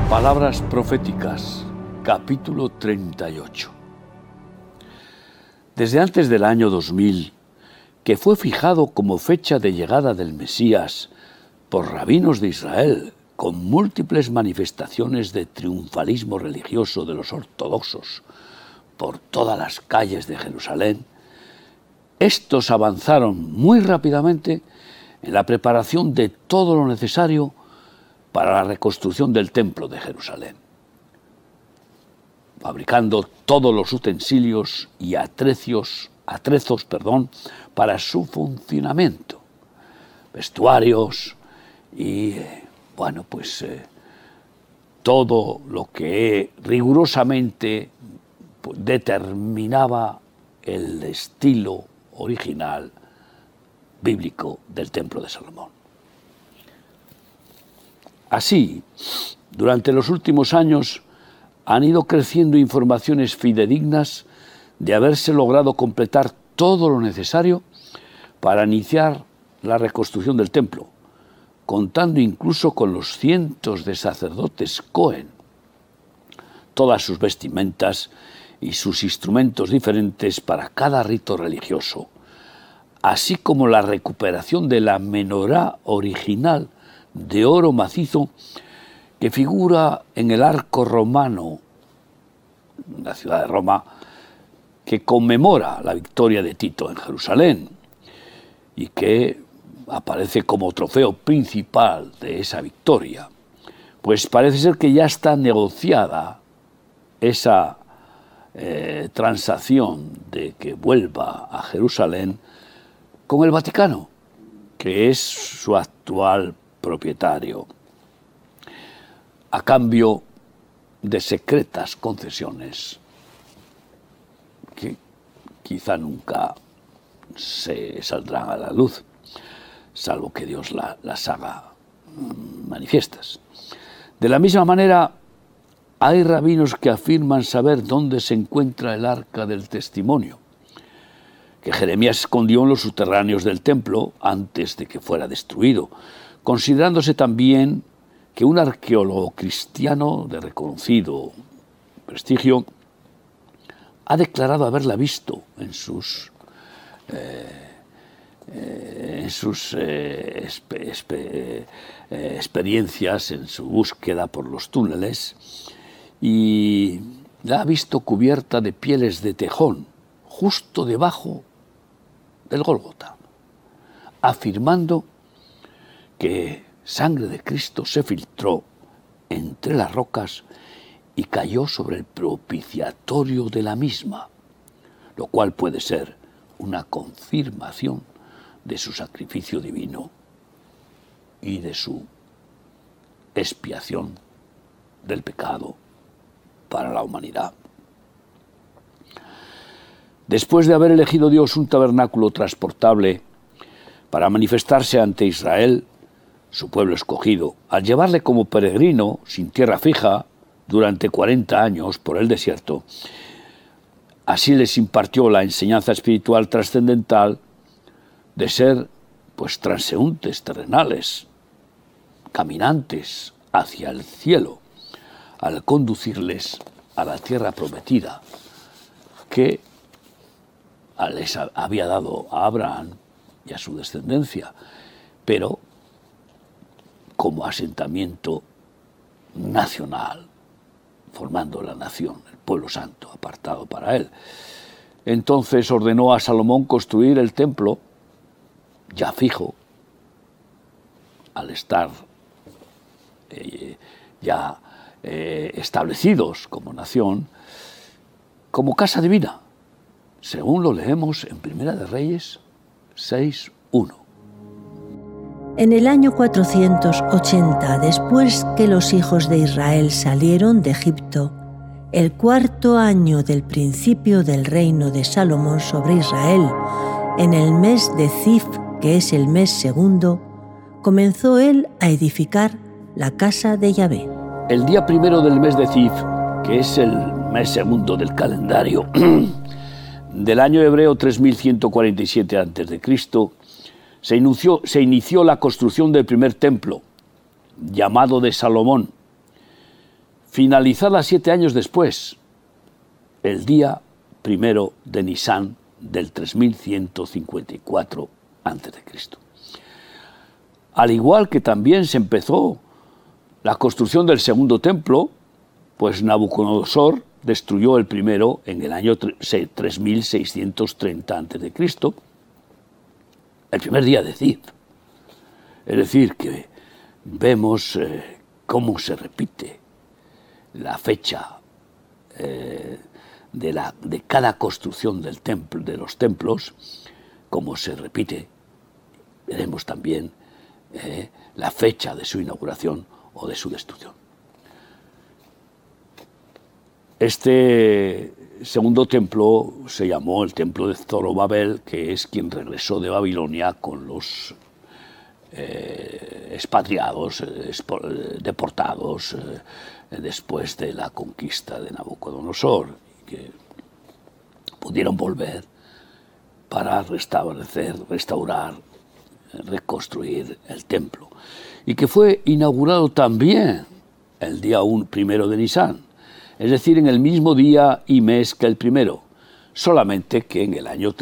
Palabras proféticas, capítulo 38. Desde antes del año 2000, que fue fijado como fecha de llegada del Mesías por rabinos de Israel, con múltiples manifestaciones de triunfalismo religioso de los ortodoxos por todas las calles de Jerusalén, estos avanzaron muy rápidamente en la preparación de todo lo necesario para la reconstrucción del Templo de Jerusalén, fabricando todos los utensilios y atrezos para su funcionamiento, vestuarios y todo lo que rigurosamente determinaba el estilo original bíblico del Templo de Salomón. Así, durante los últimos años han ido creciendo informaciones fidedignas de haberse logrado completar todo lo necesario para iniciar la reconstrucción del templo, contando incluso con los cientos de sacerdotes Cohen, todas sus vestimentas y sus instrumentos diferentes para cada rito religioso, así como la recuperación de la menorá original de oro macizo que figura en el arco romano, en la ciudad de Roma, que conmemora la victoria de Tito en Jerusalén y que aparece como trofeo principal de esa victoria. Pues parece ser que ya está negociada esa transacción de que vuelva a Jerusalén con el Vaticano, que es su actual propietario, a cambio de secretas concesiones que quizá nunca se saldrán a la luz, salvo que Dios las haga manifiestas. De la misma manera, hay rabinos que afirman saber dónde se encuentra el arca del testimonio, que Jeremías escondió en los subterráneos del templo antes de que fuera destruido, considerándose también que un arqueólogo cristiano de reconocido prestigio ha declarado haberla visto en sus experiencias, en su búsqueda por los túneles, y la ha visto cubierta de pieles de tejón, justo debajo del Gólgota, afirmando que sangre de Cristo se filtró entre las rocas y cayó sobre el propiciatorio de la misma, lo cual puede ser una confirmación de su sacrificio divino y de su expiación del pecado para la humanidad. Después de haber elegido Dios un tabernáculo transportable para manifestarse ante Israel, su pueblo escogido, al llevarle como peregrino sin tierra fija durante 40 años por el desierto, así les impartió la enseñanza espiritual trascendental de ser transeúntes terrenales, caminantes hacia el cielo, al conducirles a la tierra prometida que les había dado a Abraham y a su descendencia, pero como asentamiento nacional, formando la nación, el pueblo santo apartado para él. Entonces ordenó a Salomón construir el templo, ya fijo, al estar establecidos como nación, como casa divina, según lo leemos en Primera de Reyes 6:1. En el año 480, después que los hijos de Israel salieron de Egipto, el 4º año del principio del reino de Salomón sobre Israel, en el mes de Zif, que es el mes segundo, comenzó él a edificar la casa de Yahvé. El día primero del mes de Zif, que es el mes segundo del calendario del año hebreo 3147 a.C., se inició la construcción del primer templo, llamado de Salomón, finalizada 7 años después, el día 1 de Nisán del 3154 a.C. Al igual que también se empezó la construcción del segundo templo, pues Nabucodonosor destruyó el primero en el año 3630 a.C., el primer día de Zif. Es decir, que vemos cómo se repite la fecha de cada construcción del templo, de los templos, cómo se repite. Veremos también la fecha de su inauguración o de su destrucción. Este segundo templo se llamó el templo de Zorobabel, que es quien regresó de Babilonia con los expatriados, deportados después de la conquista de Nabucodonosor, que pudieron volver para restaurar, reconstruir el templo, y que fue inaugurado también el día 1 de Nisán, es decir, en el mismo día y mes que el primero, solamente que en el año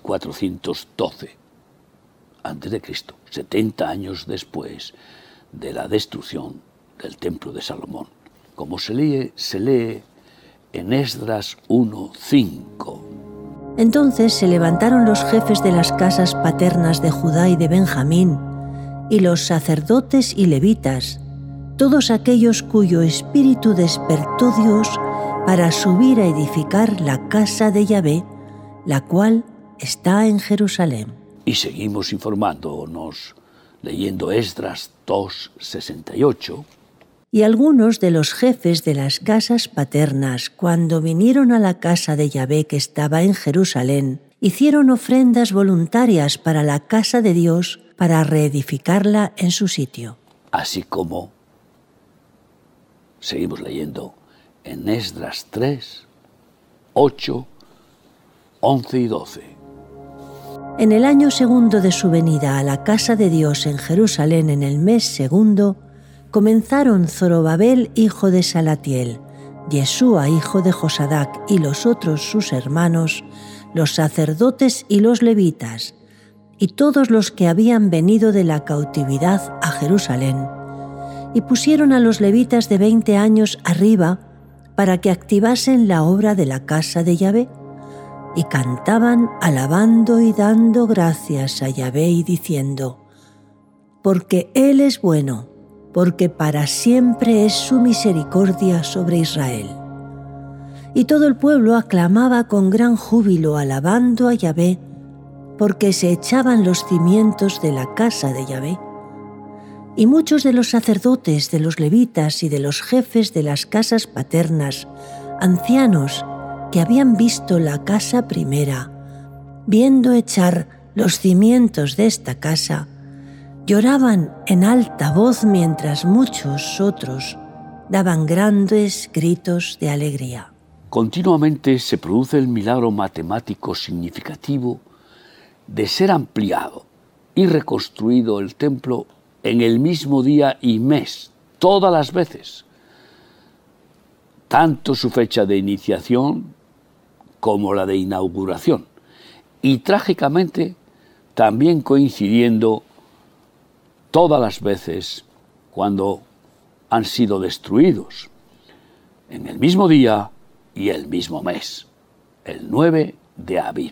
3412 a.C., 70 años después de la destrucción del templo de Salomón, como se lee en Esdras 1:5. Entonces se levantaron los jefes de las casas paternas de Judá y de Benjamín, y los sacerdotes y levitas, todos aquellos cuyo espíritu despertó Dios para subir a edificar la casa de Yahvé, la cual está en Jerusalén. Y seguimos informándonos leyendo Esdras 2:68. Y algunos de los jefes de las casas paternas, cuando vinieron a la casa de Yahvé que estaba en Jerusalén, hicieron ofrendas voluntarias para la casa de Dios para reedificarla en su sitio. Así como seguimos leyendo en Esdras 3, 8, 11 y 12. En el año segundo de su venida a la casa de Dios en Jerusalén, en el mes segundo, comenzaron Zorobabel, hijo de Salatiel, Yeshúa, hijo de Josadac, y los otros sus hermanos, los sacerdotes y los levitas, y todos los que habían venido de la cautividad a Jerusalén, y pusieron a los levitas de 20 años arriba para que activasen la obra de la casa de Yahvé, y cantaban alabando y dando gracias a Yahvé y diciendo: porque Él es bueno, porque para siempre es su misericordia sobre Israel. Y todo el pueblo aclamaba con gran júbilo alabando a Yahvé, porque se echaban los cimientos de la casa de Yahvé. Y muchos de los sacerdotes, de los levitas y de los jefes de las casas paternas, ancianos que habían visto la casa primera, viendo echar los cimientos de esta casa, lloraban en alta voz mientras muchos otros daban grandes gritos de alegría. Continuamente se produce el milagro matemático significativo de ser ampliado y reconstruido el templo en el mismo día y mes, todas las veces, tanto su fecha de iniciación como la de inauguración, y trágicamente también coincidiendo todas las veces cuando han sido destruidos, en el mismo día y el mismo mes, el 9 de Aviv,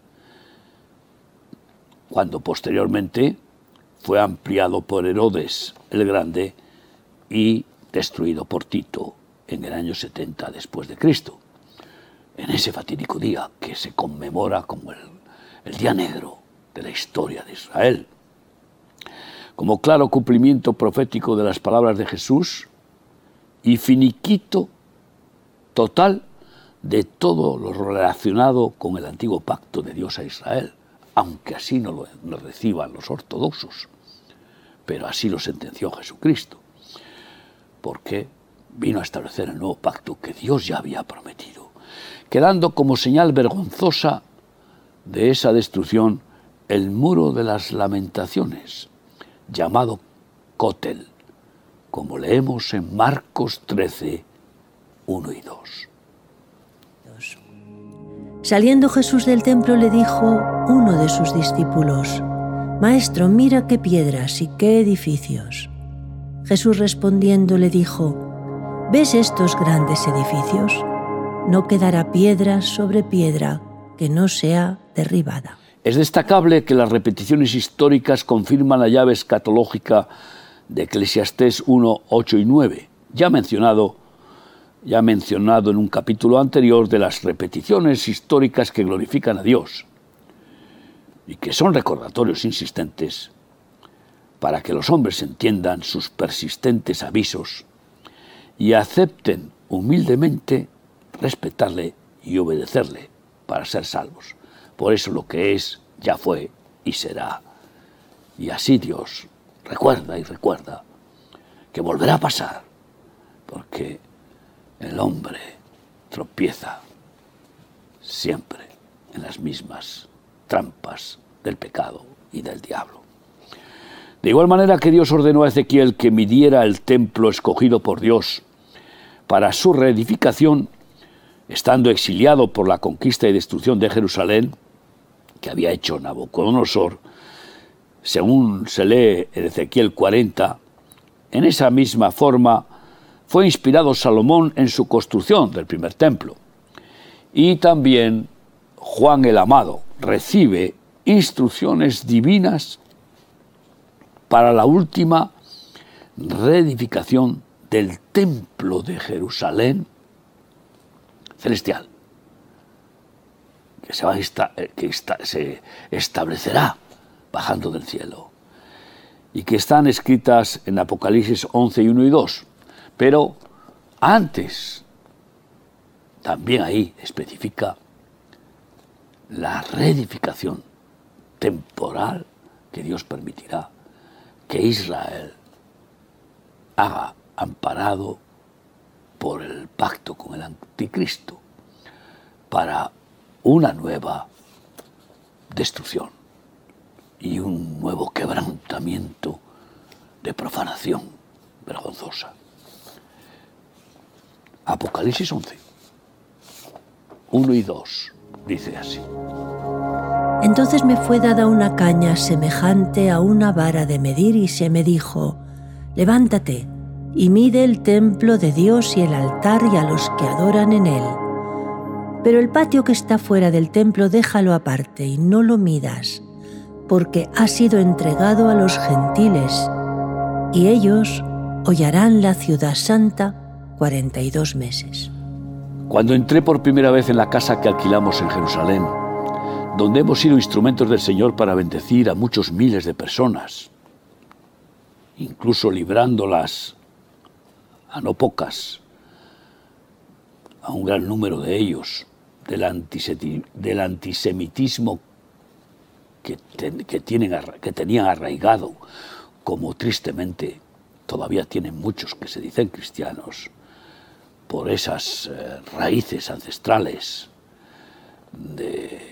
cuando posteriormente fue ampliado por Herodes el Grande y destruido por Tito en el año 70 después de Cristo, en ese fatídico día que se conmemora como el día negro de la historia de Israel. Como claro cumplimiento profético de las palabras de Jesús y finiquito total de todo lo relacionado con el antiguo pacto de Dios a Israel, aunque así no lo reciban los ortodoxos, pero así lo sentenció Jesucristo, porque vino a establecer el nuevo pacto que Dios ya había prometido, quedando como señal vergonzosa de esa destrucción el muro de las lamentaciones, llamado Cótel, como leemos en Marcos 13, 1 y 2. Saliendo Jesús del templo le dijo uno de sus discípulos: Maestro, mira qué piedras y qué edificios. Jesús respondiendo le dijo: ¿Ves estos grandes edificios? No quedará piedra sobre piedra que no sea derribada. Es destacable que las repeticiones históricas confirman la llave escatológica de Eclesiastés 1, 8 y 9, ya mencionado en un capítulo anterior de las repeticiones históricas que glorifican a Dios y que son recordatorios insistentes para que los hombres entiendan sus persistentes avisos y acepten humildemente respetarle y obedecerle para ser salvos. Por eso lo que es, ya fue y será. Y así Dios recuerda y recuerda que volverá a pasar, porque el hombre tropieza siempre en las mismas trampas del pecado y del diablo. De igual manera que Dios ordenó a Ezequiel que midiera el templo escogido por Dios para su reedificación, estando exiliado por la conquista y destrucción de Jerusalén, que había hecho Nabucodonosor, según se lee en Ezequiel 40, en esa misma forma fue inspirado Salomón en su construcción del primer templo. Y también Juan el Amado recibe instrucciones divinas para la última reedificación del templo de Jerusalén celestial, que se establecerá bajando del cielo, y que están escritas en Apocalipsis 11, 1 y 2. Pero antes, también ahí especifica la reedificación temporal que Dios permitirá que Israel haga, amparado por el pacto con el anticristo, para una nueva destrucción y un nuevo quebrantamiento de profanación vergonzosa. Apocalipsis 11, 1 y 2, dice así. Entonces me fue dada una caña semejante a una vara de medir y se me dijo: levántate y mide el templo de Dios y el altar y a los que adoran en él. Pero el patio que está fuera del templo déjalo aparte y no lo midas, porque ha sido entregado a los gentiles, y ellos hollarán la ciudad santa 42 meses. Cuando entré por primera vez en la casa que alquilamos en Jerusalén, donde hemos sido instrumentos del Señor para bendecir a muchos miles de personas, incluso librándolas a no pocas, a un gran número de ellos, del antisemitismo que tenían arraigado, como tristemente todavía tienen muchos que se dicen cristianos, por esas raíces ancestrales de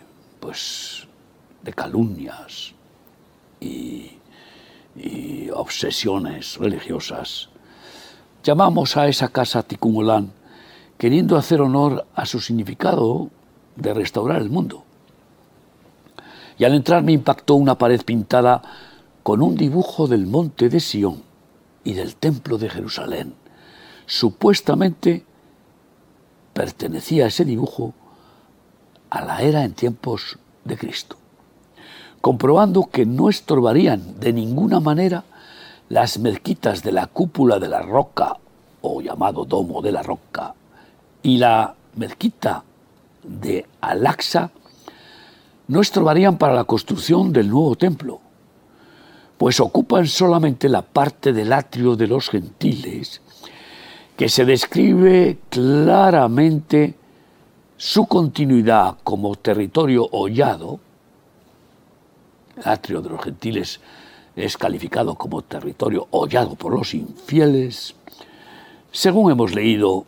calumnias y obsesiones religiosas. Llamamos a esa casa Tikkun Olam, queriendo hacer honor a su significado de restaurar el mundo. Y al entrar me impactó una pared pintada con un dibujo del monte de Sión y del templo de Jerusalén. Supuestamente pertenecía ese dibujo a la era en tiempos de Cristo, comprobando que no estorbarían de ninguna manera las mezquitas de la cúpula de la roca, o llamado domo de la roca, y la mezquita de Al-Aqsa, no estorbarían para la construcción del nuevo templo, pues ocupan solamente la parte del atrio de los gentiles, que se describe claramente su continuidad como territorio hollado. El atrio de los gentiles es calificado como territorio hollado por los infieles, según hemos leído,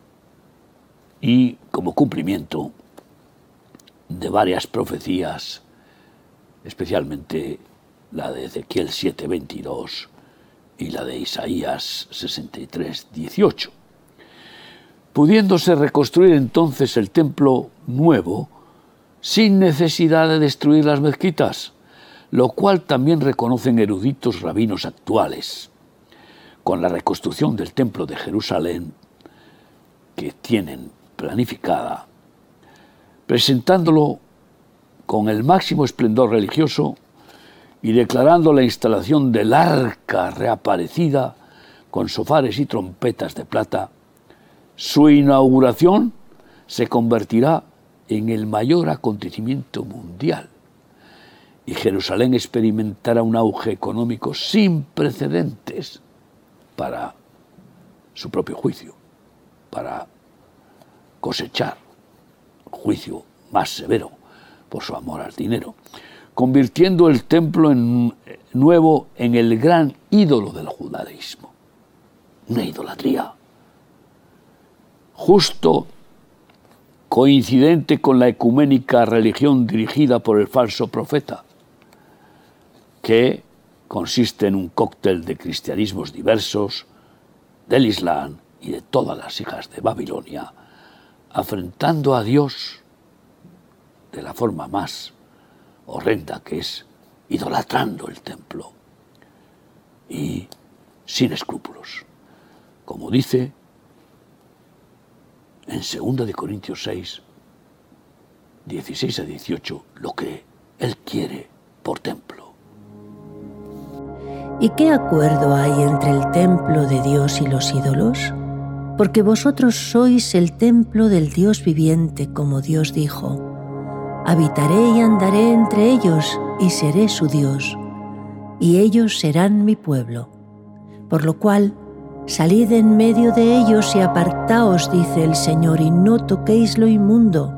y como cumplimiento de varias profecías, especialmente la de Ezequiel 7:22 y la de Isaías 63:18. pudiéndose reconstruir entonces el templo nuevo sin necesidad de destruir las mezquitas, lo cual también reconocen eruditos rabinos actuales. Con la reconstrucción del templo de Jerusalén que tienen planificada, presentándolo con el máximo esplendor religioso y declarando la instalación del arca reaparecida con sofares y trompetas de plata, su inauguración se convertirá en el mayor acontecimiento mundial y Jerusalén experimentará un auge económico sin precedentes para su propio juicio, para cosechar juicio más severo por su amor al dinero, convirtiendo el templo nuevo en el gran ídolo del judaísmo, una idolatría. Justo coincidente con la ecuménica religión dirigida por el falso profeta, que consiste en un cóctel de cristianismos diversos, del Islam y de todas las hijas de Babilonia, afrentando a Dios de la forma más horrenda, que es idolatrando el templo y sin escrúpulos, como dice en 2 Corintios 6, 16 a 18, lo que Él quiere por templo. ¿Y qué acuerdo hay entre el templo de Dios y los ídolos? Porque vosotros sois el templo del Dios viviente, como Dios dijo: habitaré y andaré entre ellos, y seré su Dios, y ellos serán mi pueblo. Por lo cual, salid en medio de ellos y apartaos, dice el Señor, y no toquéis lo inmundo.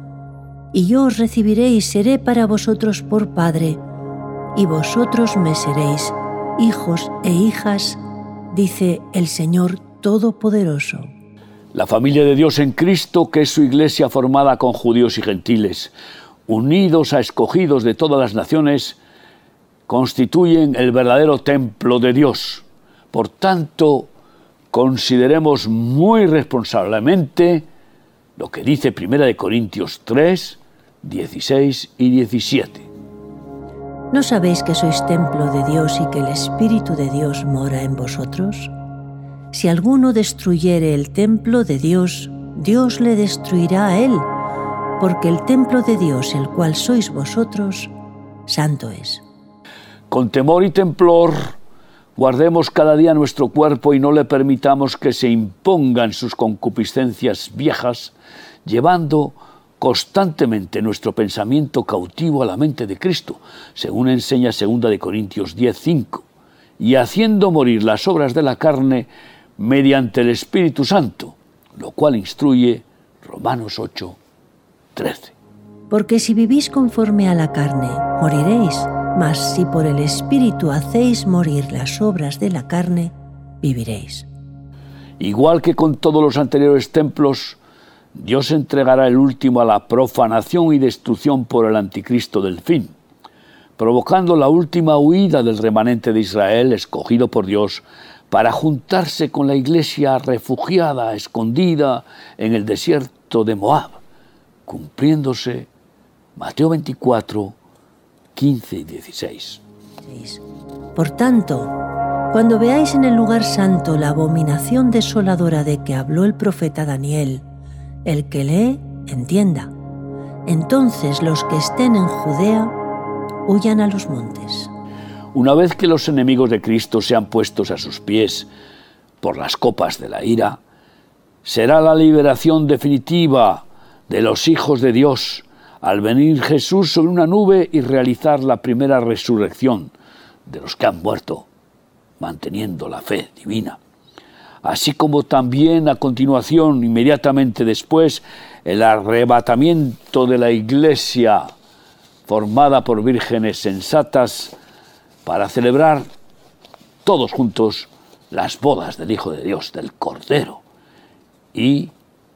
Y yo os recibiré y seré para vosotros por Padre, y vosotros me seréis hijos e hijas, dice el Señor Todopoderoso. La familia de Dios en Cristo, que es su iglesia formada con judíos y gentiles, unidos a escogidos de todas las naciones, constituyen el verdadero templo de Dios. Por tanto, consideremos muy responsablemente lo que dice 1 Corintios 3, 16 y 17. ¿No sabéis que sois templo de Dios y que el Espíritu de Dios mora en vosotros? Si alguno destruyere el templo de Dios, Dios le destruirá a él, porque el templo de Dios, el cual sois vosotros, santo es. Con temor y temblor, guardemos cada día nuestro cuerpo y no le permitamos que se impongan sus concupiscencias viejas, llevando constantemente nuestro pensamiento cautivo a la mente de Cristo, según enseña 2 Corintios 10:5, y haciendo morir las obras de la carne mediante el Espíritu Santo, lo cual instruye Romanos 8:13. Porque si vivís conforme a la carne, moriréis, mas si por el Espíritu hacéis morir las obras de la carne, viviréis. Igual que con todos los anteriores templos, Dios entregará el último a la profanación y destrucción por el anticristo del fin, provocando la última huida del remanente de Israel escogido por Dios para juntarse con la iglesia refugiada, escondida en el desierto de Moab, cumpliéndose Mateo 24, 15 y 16. Por tanto, cuando veáis en el lugar santo la abominación desoladora de que habló el profeta Daniel, el que lee, entienda. Entonces los que estén en Judea, huyan a los montes. Una vez que los enemigos de Cristo sean puestos a sus pies por las copas de la ira, será la liberación definitiva de los hijos de Dios al venir Jesús sobre una nube y realizar la primera resurrección de los que han muerto, manteniendo la fe divina. Así como también a continuación, inmediatamente después, el arrebatamiento de la iglesia formada por vírgenes sensatas para celebrar todos juntos las bodas del Hijo de Dios, del Cordero, y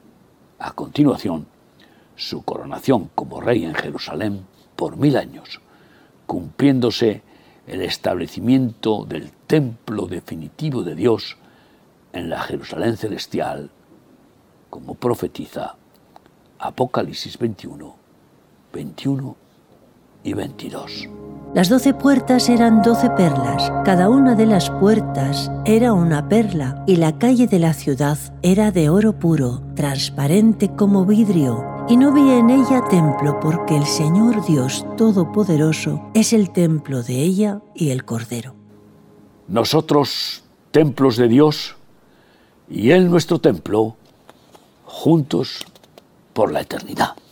a continuación su coronación como rey en Jerusalén por 1000 años, cumpliéndose el establecimiento del templo definitivo de Dios en la Jerusalén celestial como profetiza Apocalipsis 21, 21 y 22. Las 12 puertas eran 12 perlas, cada una de las puertas era una perla, y la calle de la ciudad era de oro puro, transparente como vidrio, y no vi en ella templo, porque el Señor Dios Todopoderoso es el templo de ella y el Cordero. Nosotros, templos de Dios, y Él nuestro templo, juntos por la eternidad.